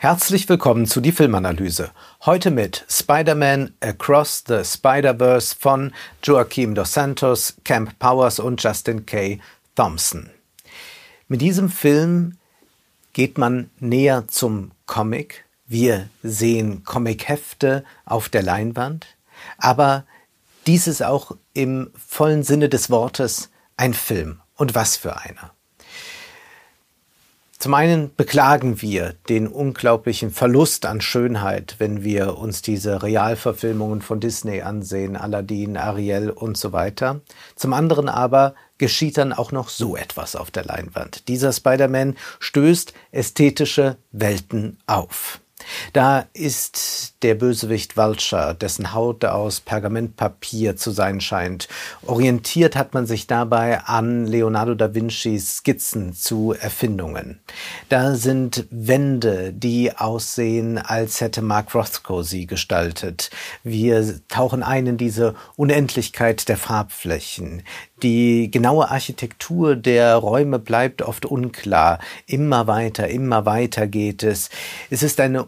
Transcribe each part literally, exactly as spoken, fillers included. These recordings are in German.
Herzlich willkommen zu die Filmanalyse. Heute mit Spider-Man Across the Spider-Verse von Joaquim dos Santos, Kemp Powers und Justin K. Thompson. Mit diesem Film geht man näher zum Comic. Wir sehen Comichefte auf der Leinwand, aber dies ist auch im vollen Sinne des Wortes ein Film. Und was für einer. Zum einen beklagen wir den unglaublichen Verlust an Schönheit, wenn wir uns diese Realverfilmungen von Disney ansehen, Aladdin, Ariel und so weiter. Zum anderen aber geschieht dann auch noch so etwas auf der Leinwand. Dieser Spider-Man stößt ästhetische Welten auf. Da ist der Bösewicht Vulture, dessen Haut aus Pergamentpapier zu sein scheint. Orientiert hat man sich dabei an Leonardo da Vincis Skizzen zu Erfindungen. Da sind Wände, die aussehen, als hätte Mark Rothko sie gestaltet. Wir tauchen ein in diese Unendlichkeit der Farbflächen. Die genaue Architektur der Räume bleibt oft unklar. Immer weiter, immer weiter geht es. Es ist eine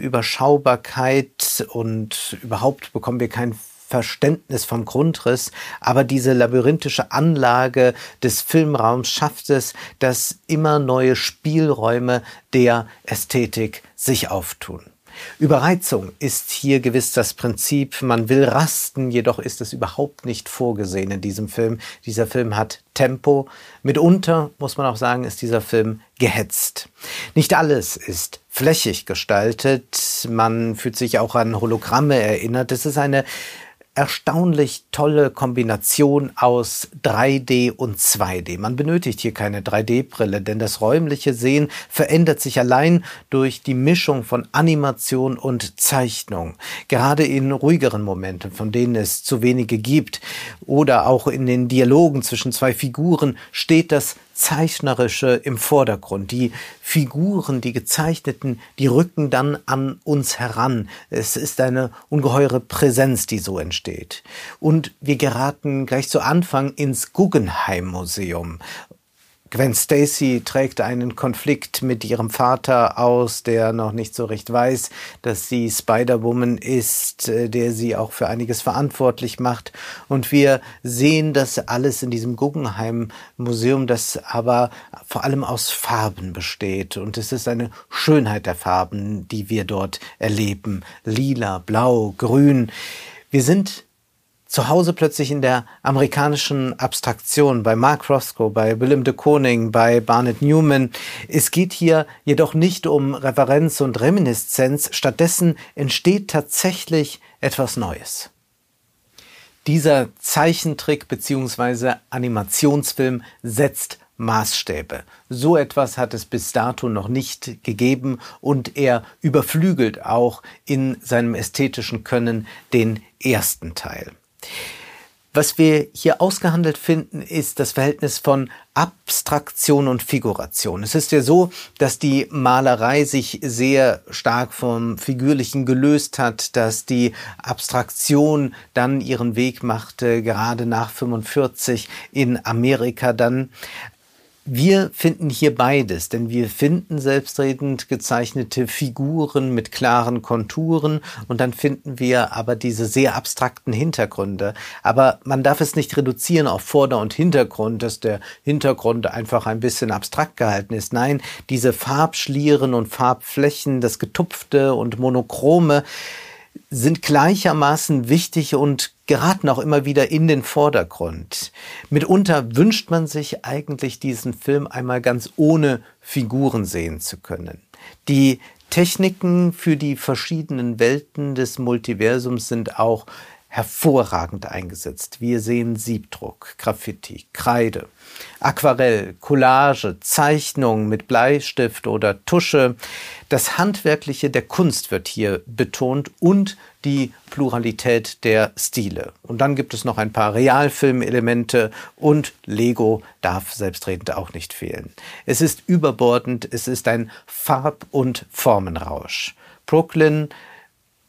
Unüberschaubarkeit und überhaupt bekommen wir kein Verständnis vom Grundriss. Aber diese labyrinthische Anlage des Filmraums schafft es, dass immer neue Spielräume der Ästhetik sich auftun. Überreizung ist hier gewiss das Prinzip. Man will rasten, jedoch ist es überhaupt nicht vorgesehen in diesem Film. Dieser Film hat Tempo. Mitunter, muss man auch sagen, ist dieser Film gehetzt. Nicht alles ist flächig gestaltet. Man fühlt sich auch an Hologramme erinnert. Es ist eine erstaunlich tolle Kombination aus drei D und zwei D. Man benötigt hier keine drei D-Brille, denn das räumliche Sehen verändert sich allein durch die Mischung von Animation und Zeichnung. Gerade in ruhigeren Momenten, von denen es zu wenige gibt, oder auch in den Dialogen zwischen zwei Figuren steht das Zeichnerische im Vordergrund. Die Figuren, die gezeichneten, die rücken dann an uns heran. Es ist eine ungeheure Präsenz, die so entsteht. Und wir geraten gleich zu Anfang ins Guggenheim-Museum. Gwen Stacy trägt einen Konflikt mit ihrem Vater aus, der noch nicht so recht weiß, dass sie Spider-Woman ist, der sie auch für einiges verantwortlich macht. Und wir sehen das alles in diesem Guggenheim-Museum, das aber vor allem aus Farben besteht. Und es ist eine Schönheit der Farben, die wir dort erleben. Lila, Blau, Grün. Wir sind zu Hause plötzlich in der amerikanischen Abstraktion, bei Mark Rothko, bei Willem de Kooning, bei Barnett Newman. Es geht hier jedoch nicht um Referenz und Reminiszenz, stattdessen entsteht tatsächlich etwas Neues. Dieser Zeichentrick bzw. Animationsfilm setzt Maßstäbe. So etwas hat es bis dato noch nicht gegeben und er überflügelt auch in seinem ästhetischen Können den ersten Teil. Was wir hier ausgehandelt finden, ist das Verhältnis von Abstraktion und Figuration. Es ist ja so, dass die Malerei sich sehr stark vom Figürlichen gelöst hat, dass die Abstraktion dann ihren Weg machte, gerade nach fünfundvierzig in Amerika dann. Wir finden hier beides, denn wir finden selbstredend gezeichnete Figuren mit klaren Konturen und dann finden wir aber diese sehr abstrakten Hintergründe. Aber man darf es nicht reduzieren auf Vorder- und Hintergrund, dass der Hintergrund einfach ein bisschen abstrakt gehalten ist. Nein, diese Farbschlieren und Farbflächen, das Getupfte und Monochrome sind gleichermaßen wichtig und geraten auch immer wieder in den Vordergrund. Mitunter wünscht man sich eigentlich diesen Film einmal ganz ohne Figuren sehen zu können. Die Techniken für die verschiedenen Welten des Multiversums sind auch hervorragend eingesetzt. Wir sehen Siebdruck, Graffiti, Kreide, Aquarell, Collage, Zeichnung mit Bleistift oder Tusche. Das Handwerkliche der Kunst wird hier betont und die Pluralität der Stile. Und dann gibt es noch ein paar Realfilmelemente und Lego darf selbstredend auch nicht fehlen. Es ist überbordend, es ist ein Farb- und Formenrausch. Brooklyn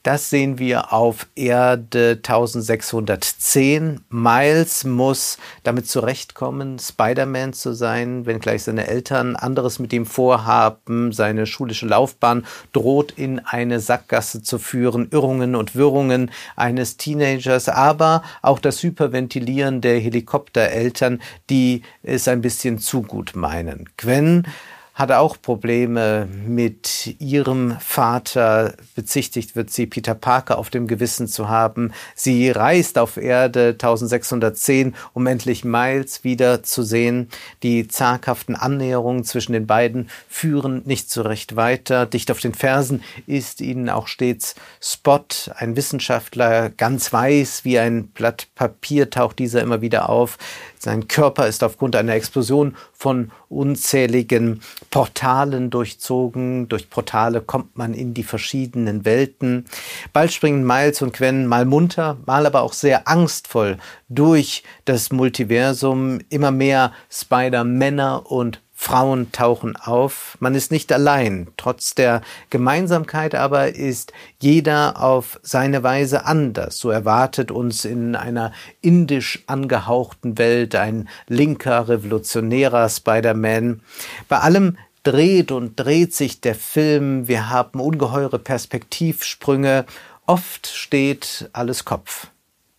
Das sehen wir auf Erde eintausendsechshundertzehn. Miles muss damit zurechtkommen, Spider-Man zu sein, wenngleich seine Eltern anderes mit ihm vorhaben. Seine schulische Laufbahn droht in eine Sackgasse zu führen. Irrungen und Wirrungen eines Teenagers, aber auch das Hyperventilieren der Helikoptereltern, die es ein bisschen zu gut meinen. Gwen hat auch Probleme mit ihrem Vater. Bezichtigt wird sie, Peter Parker auf dem Gewissen zu haben. Sie reist auf Erde eintausendsechshundertzehn, um endlich Miles wieder zu sehen. Die zaghaften Annäherungen zwischen den beiden führen nicht so recht weiter. Dicht auf den Fersen ist ihnen auch stets Spot, ein Wissenschaftler, ganz weiß wie ein Blatt Papier taucht dieser immer wieder auf. Sein Körper ist aufgrund einer Explosion von unzähligen Portalen durchzogen. Durch Portale kommt man in die verschiedenen Welten. Bald springen Miles und Gwen mal munter, mal aber auch sehr angstvoll durch das Multiversum. Immer mehr Spider-Männer und Frauen tauchen auf. Man ist nicht allein. Trotz der Gemeinsamkeit aber ist jeder auf seine Weise anders. So erwartet uns in einer indisch angehauchten Welt ein linker, revolutionärer Spider-Man. Bei allem dreht und dreht sich der Film. Wir haben ungeheure Perspektivsprünge. Oft steht alles Kopf.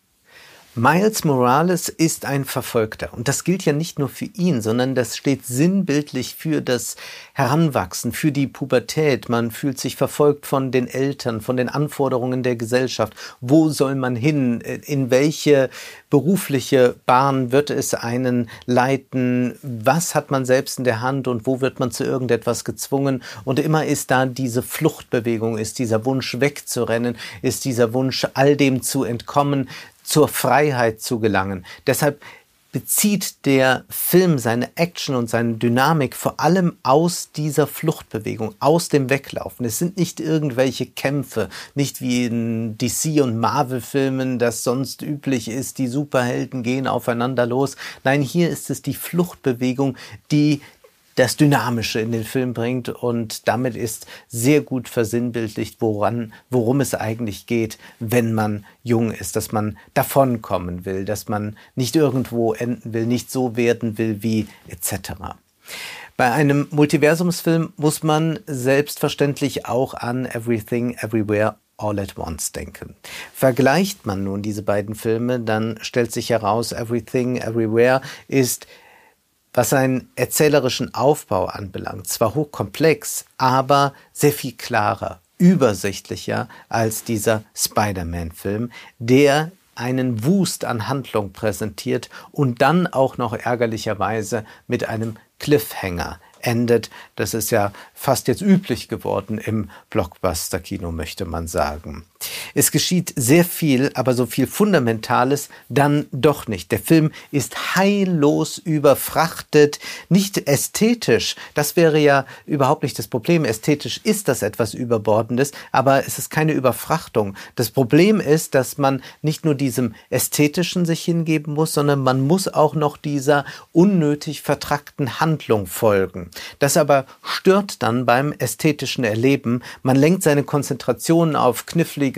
Miles Morales ist ein Verfolgter. Und das gilt ja nicht nur für ihn, sondern das steht sinnbildlich für das Heranwachsen, für die Pubertät. Man fühlt sich verfolgt von den Eltern, von den Anforderungen der Gesellschaft. Wo soll man hin? In welche berufliche Bahn wird es einen leiten? Was hat man selbst in der Hand und wo wird man zu irgendetwas gezwungen? Und immer ist da diese Fluchtbewegung, ist dieser Wunsch wegzurennen, ist dieser Wunsch all dem zu entkommen, zur Freiheit zu gelangen. Deshalb bezieht der Film seine Action und seine Dynamik vor allem aus dieser Fluchtbewegung, aus dem Weglaufen. Es sind nicht irgendwelche Kämpfe, nicht wie in D C- und Marvel-Filmen, das sonst üblich ist, die Superhelden gehen aufeinander los. Nein, hier ist es die Fluchtbewegung, die das Dynamische in den Film bringt und damit ist sehr gut versinnbildlicht, woran, worum es eigentlich geht, wenn man jung ist, dass man davonkommen will, dass man nicht irgendwo enden will, nicht so werden will wie et cetera. Bei einem Multiversumsfilm muss man selbstverständlich auch an Everything, Everywhere, All at Once denken. Vergleicht man nun diese beiden Filme, dann stellt sich heraus, Everything, Everywhere ist, was seinen erzählerischen Aufbau anbelangt, zwar hochkomplex, aber sehr viel klarer, übersichtlicher als dieser Spider-Man-Film, der einen Wust an Handlung präsentiert und dann auch noch ärgerlicherweise mit einem Cliffhanger endet. Das ist ja fast jetzt üblich geworden im Blockbuster-Kino, möchte man sagen. Es geschieht sehr viel, aber so viel Fundamentales dann doch nicht. Der Film ist heillos überfrachtet, nicht ästhetisch. Das wäre ja überhaupt nicht das Problem. Ästhetisch ist das etwas Überbordendes, aber es ist keine Überfrachtung. Das Problem ist, dass man nicht nur diesem Ästhetischen sich hingeben muss, sondern man muss auch noch dieser unnötig vertrackten Handlung folgen. Das aber stört dann beim ästhetischen Erleben. Man lenkt seine Konzentration auf knifflige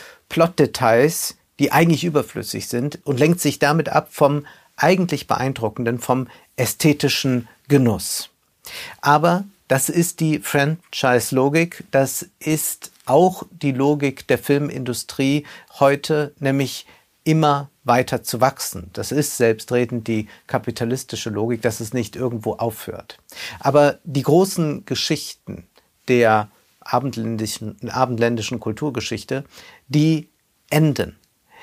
Plotdetails, die eigentlich überflüssig sind und lenkt sich damit ab vom eigentlich Beeindruckenden, vom ästhetischen Genuss. Aber das ist die Franchise-Logik, das ist auch die Logik der Filmindustrie heute, nämlich immer weiter zu wachsen. Das ist selbstredend die kapitalistische Logik, dass es nicht irgendwo aufhört. Aber die großen Geschichten der abendländischen, abendländischen Kulturgeschichte, die enden.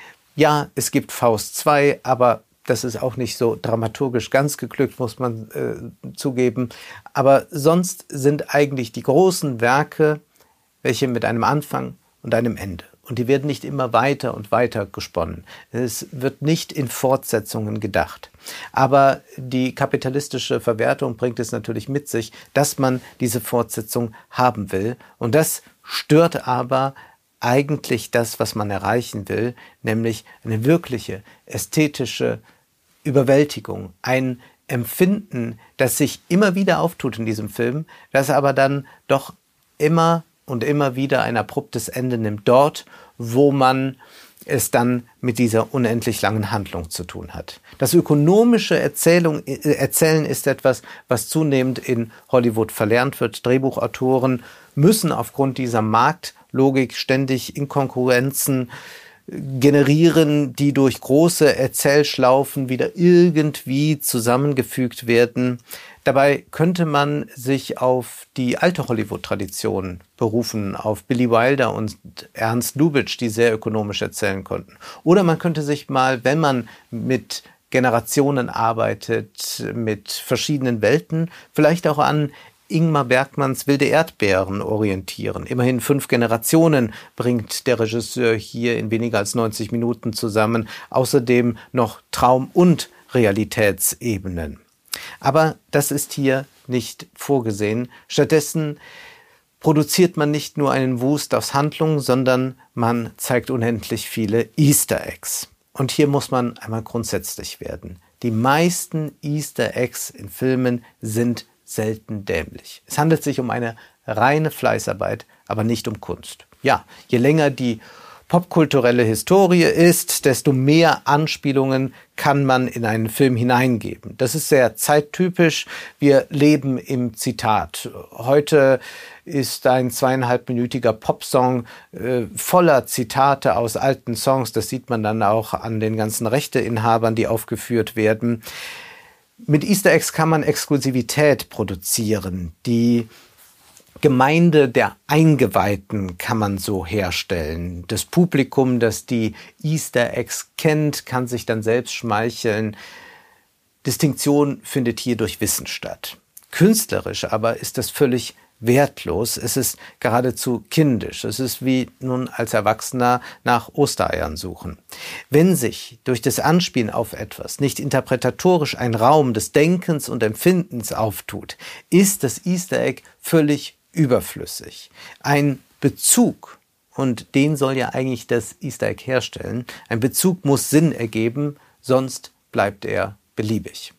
Ja, es gibt Faust zwei, aber das ist auch nicht so dramaturgisch ganz geglückt, muss man äh, zugeben. Aber sonst sind eigentlich die großen Werke, welche mit einem Anfang und einem Ende. Und die werden nicht immer weiter und weiter gesponnen. Es wird nicht in Fortsetzungen gedacht. Aber die kapitalistische Verwertung bringt es natürlich mit sich, dass man diese Fortsetzung haben will. Und das stört aber eigentlich das, was man erreichen will, nämlich eine wirkliche ästhetische Überwältigung, ein Empfinden, das sich immer wieder auftut in diesem Film, das aber dann doch immer und immer wieder ein abruptes Ende nimmt, dort, wo man es dann mit dieser unendlich langen Handlung zu tun hat. Das ökonomische Erzählung, Erzählen ist etwas, was zunehmend in Hollywood verlernt wird. Drehbuchautoren müssen aufgrund dieser Marktlogik ständig Inkonkurrenzen generieren, die durch große Erzählschlaufen wieder irgendwie zusammengefügt werden. Dabei könnte man sich auf die alte Hollywood-Tradition berufen, auf Billy Wilder und Ernst Lubitsch, die sehr ökonomisch erzählen konnten. Oder man könnte sich mal, wenn man mit Generationen arbeitet, mit verschiedenen Welten, vielleicht auch an Ingmar Bergmanns Wilde Erdbeeren orientieren. Immerhin fünf Generationen bringt der Regisseur hier in weniger als neunzig Minuten zusammen. Außerdem noch Traum- und Realitätsebenen. Aber das ist hier nicht vorgesehen. Stattdessen produziert man nicht nur einen Wust aus Handlungen, sondern man zeigt unendlich viele Easter Eggs. Und hier muss man einmal grundsätzlich werden. Die meisten Easter Eggs in Filmen sind selten dämlich. Es handelt sich um eine reine Fleißarbeit, aber nicht um Kunst. Ja, je länger die popkulturelle Historie ist, desto mehr Anspielungen kann man in einen Film hineingeben. Das ist sehr zeittypisch. Wir leben im Zitat. Heute ist ein zweieinhalbminütiger Popsong äh, voller Zitate aus alten Songs. Das sieht man dann auch an den ganzen Rechteinhabern, die aufgeführt werden. Mit Easter Eggs kann man Exklusivität produzieren. Die Gemeinde der Eingeweihten kann man so herstellen. Das Publikum, das die Easter Eggs kennt, kann sich dann selbst schmeicheln. Distinktion findet hier durch Wissen statt. Künstlerisch aber ist das völlig wertlos. Es ist geradezu kindisch. Es ist wie nun als Erwachsener nach Ostereiern suchen. Wenn sich durch das Anspielen auf etwas nicht interpretatorisch ein Raum des Denkens und Empfindens auftut, ist das Easter Egg völlig überflüssig. Ein Bezug, und den soll ja eigentlich das Easter Egg herstellen, ein Bezug muss Sinn ergeben, sonst bleibt er beliebig.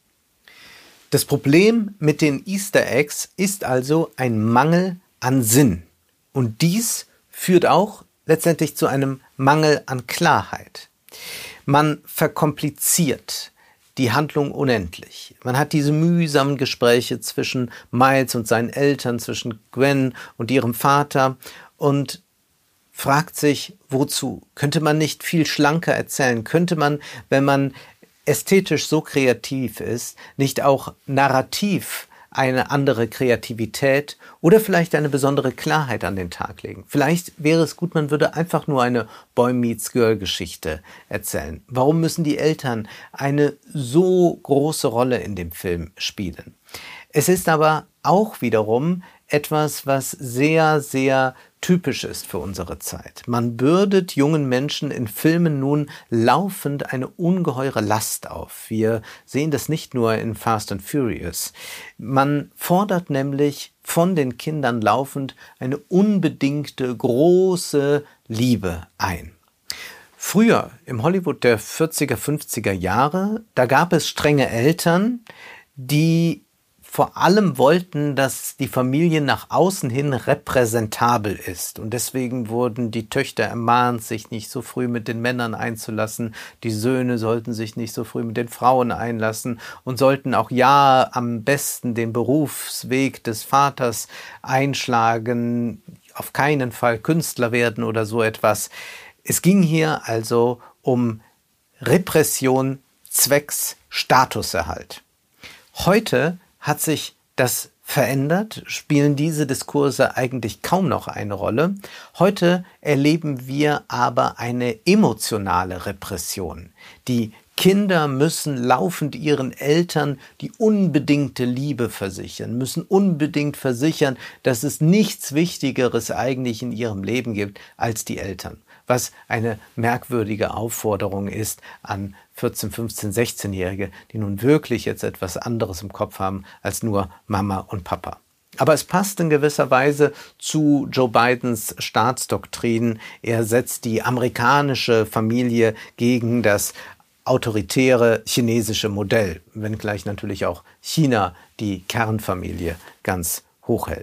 Das Problem mit den Easter Eggs ist also ein Mangel an Sinn. Und dies führt auch letztendlich zu einem Mangel an Klarheit. Man verkompliziert die Handlung unendlich. Man hat diese mühsamen Gespräche zwischen Miles und seinen Eltern, zwischen Gwen und ihrem Vater und fragt sich, wozu? Könnte man nicht viel schlanker erzählen? Könnte man, wenn man ästhetisch so kreativ ist, nicht auch narrativ eine andere Kreativität oder vielleicht eine besondere Klarheit an den Tag legen? Vielleicht wäre es gut, man würde einfach nur eine Boy-Meets-Girl-Geschichte erzählen. Warum müssen die Eltern eine so große Rolle in dem Film spielen? Es ist aber auch wiederum etwas, was sehr, sehr typisch ist für unsere Zeit. Man bürdet jungen Menschen in Filmen nun laufend eine ungeheure Last auf. Wir sehen das nicht nur in Fast and Furious. Man fordert nämlich von den Kindern laufend eine unbedingte, große Liebe ein. Früher, im Hollywood der vierziger, fünfziger Jahre, da gab es strenge Eltern, die vor allem wollten, dass die Familie nach außen hin repräsentabel ist. Und deswegen wurden die Töchter ermahnt, sich nicht so früh mit den Männern einzulassen. Die Söhne sollten sich nicht so früh mit den Frauen einlassen und sollten auch ja am besten den Berufsweg des Vaters einschlagen, auf keinen Fall Künstler werden oder so etwas. Es ging hier also um Repression zwecks Statuserhalt. Heute hat sich das verändert, spielen diese Diskurse eigentlich kaum noch eine Rolle. Heute erleben wir aber eine emotionale Repression. Die Kinder müssen laufend ihren Eltern die unbedingte Liebe versichern, müssen unbedingt versichern, dass es nichts Wichtigeres eigentlich in ihrem Leben gibt als die Eltern. Was eine merkwürdige Aufforderung ist an vierzehn-, fünfzehn-, sechzehnjährige, die nun wirklich jetzt etwas anderes im Kopf haben als nur Mama und Papa. Aber es passt in gewisser Weise zu Joe Bidens Staatsdoktrin. Er setzt die amerikanische Familie gegen das autoritäre chinesische Modell, wenngleich natürlich auch China die Kernfamilie ganz hoch hält.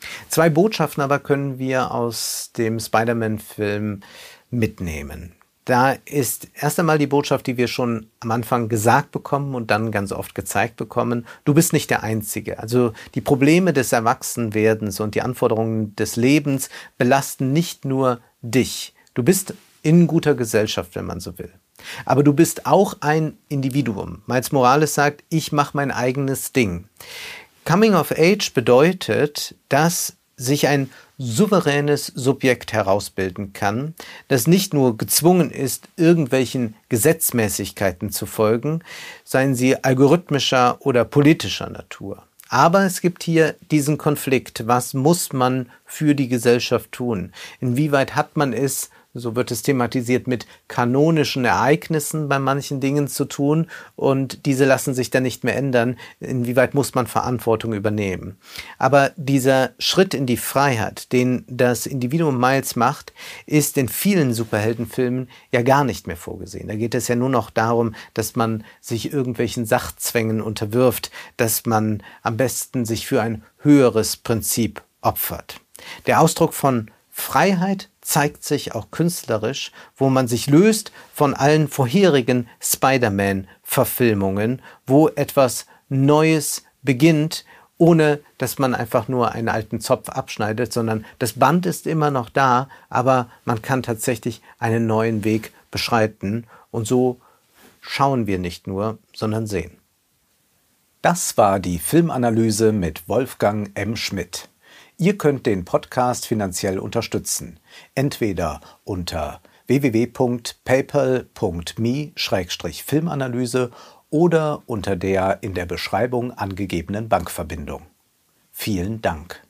Zwei Botschaften aber können wir aus dem Spider-Man-Film mitnehmen. Da ist erst einmal die Botschaft, die wir schon am Anfang gesagt bekommen und dann ganz oft gezeigt bekommen. Du bist nicht der Einzige. Also die Probleme des Erwachsenwerdens und die Anforderungen des Lebens belasten nicht nur dich. Du bist in guter Gesellschaft, wenn man so will. Aber du bist auch ein Individuum. Miles Morales sagt, ich mache mein eigenes Ding. Coming of Age bedeutet, dass sich ein souveränes Subjekt herausbilden kann, das nicht nur gezwungen ist, irgendwelchen Gesetzmäßigkeiten zu folgen, seien sie algorithmischer oder politischer Natur. Aber es gibt hier diesen Konflikt. Was muss man für die Gesellschaft tun? Inwieweit hat man es, so wird es thematisiert, mit kanonischen Ereignissen bei manchen Dingen zu tun und diese lassen sich dann nicht mehr ändern. Inwieweit muss man Verantwortung übernehmen? Aber dieser Schritt in die Freiheit, den das Individuum Miles macht, ist in vielen Superheldenfilmen ja gar nicht mehr vorgesehen. Da geht es ja nur noch darum, dass man sich irgendwelchen Sachzwängen unterwirft, dass man am besten sich für ein höheres Prinzip opfert. Der Ausdruck von Freiheit zeigt sich auch künstlerisch, wo man sich löst von allen vorherigen Spider-Man-Verfilmungen, wo etwas Neues beginnt, ohne dass man einfach nur einen alten Zopf abschneidet, sondern das Band ist immer noch da, aber man kann tatsächlich einen neuen Weg beschreiten und so schauen wir nicht nur, sondern sehen. Das war die Filmanalyse mit Wolfgang M. Schmidt. Ihr könnt den Podcast finanziell unterstützen, entweder unter w w w punkt paypal punkt me slash filmanalyse oder unter der in der Beschreibung angegebenen Bankverbindung. Vielen Dank.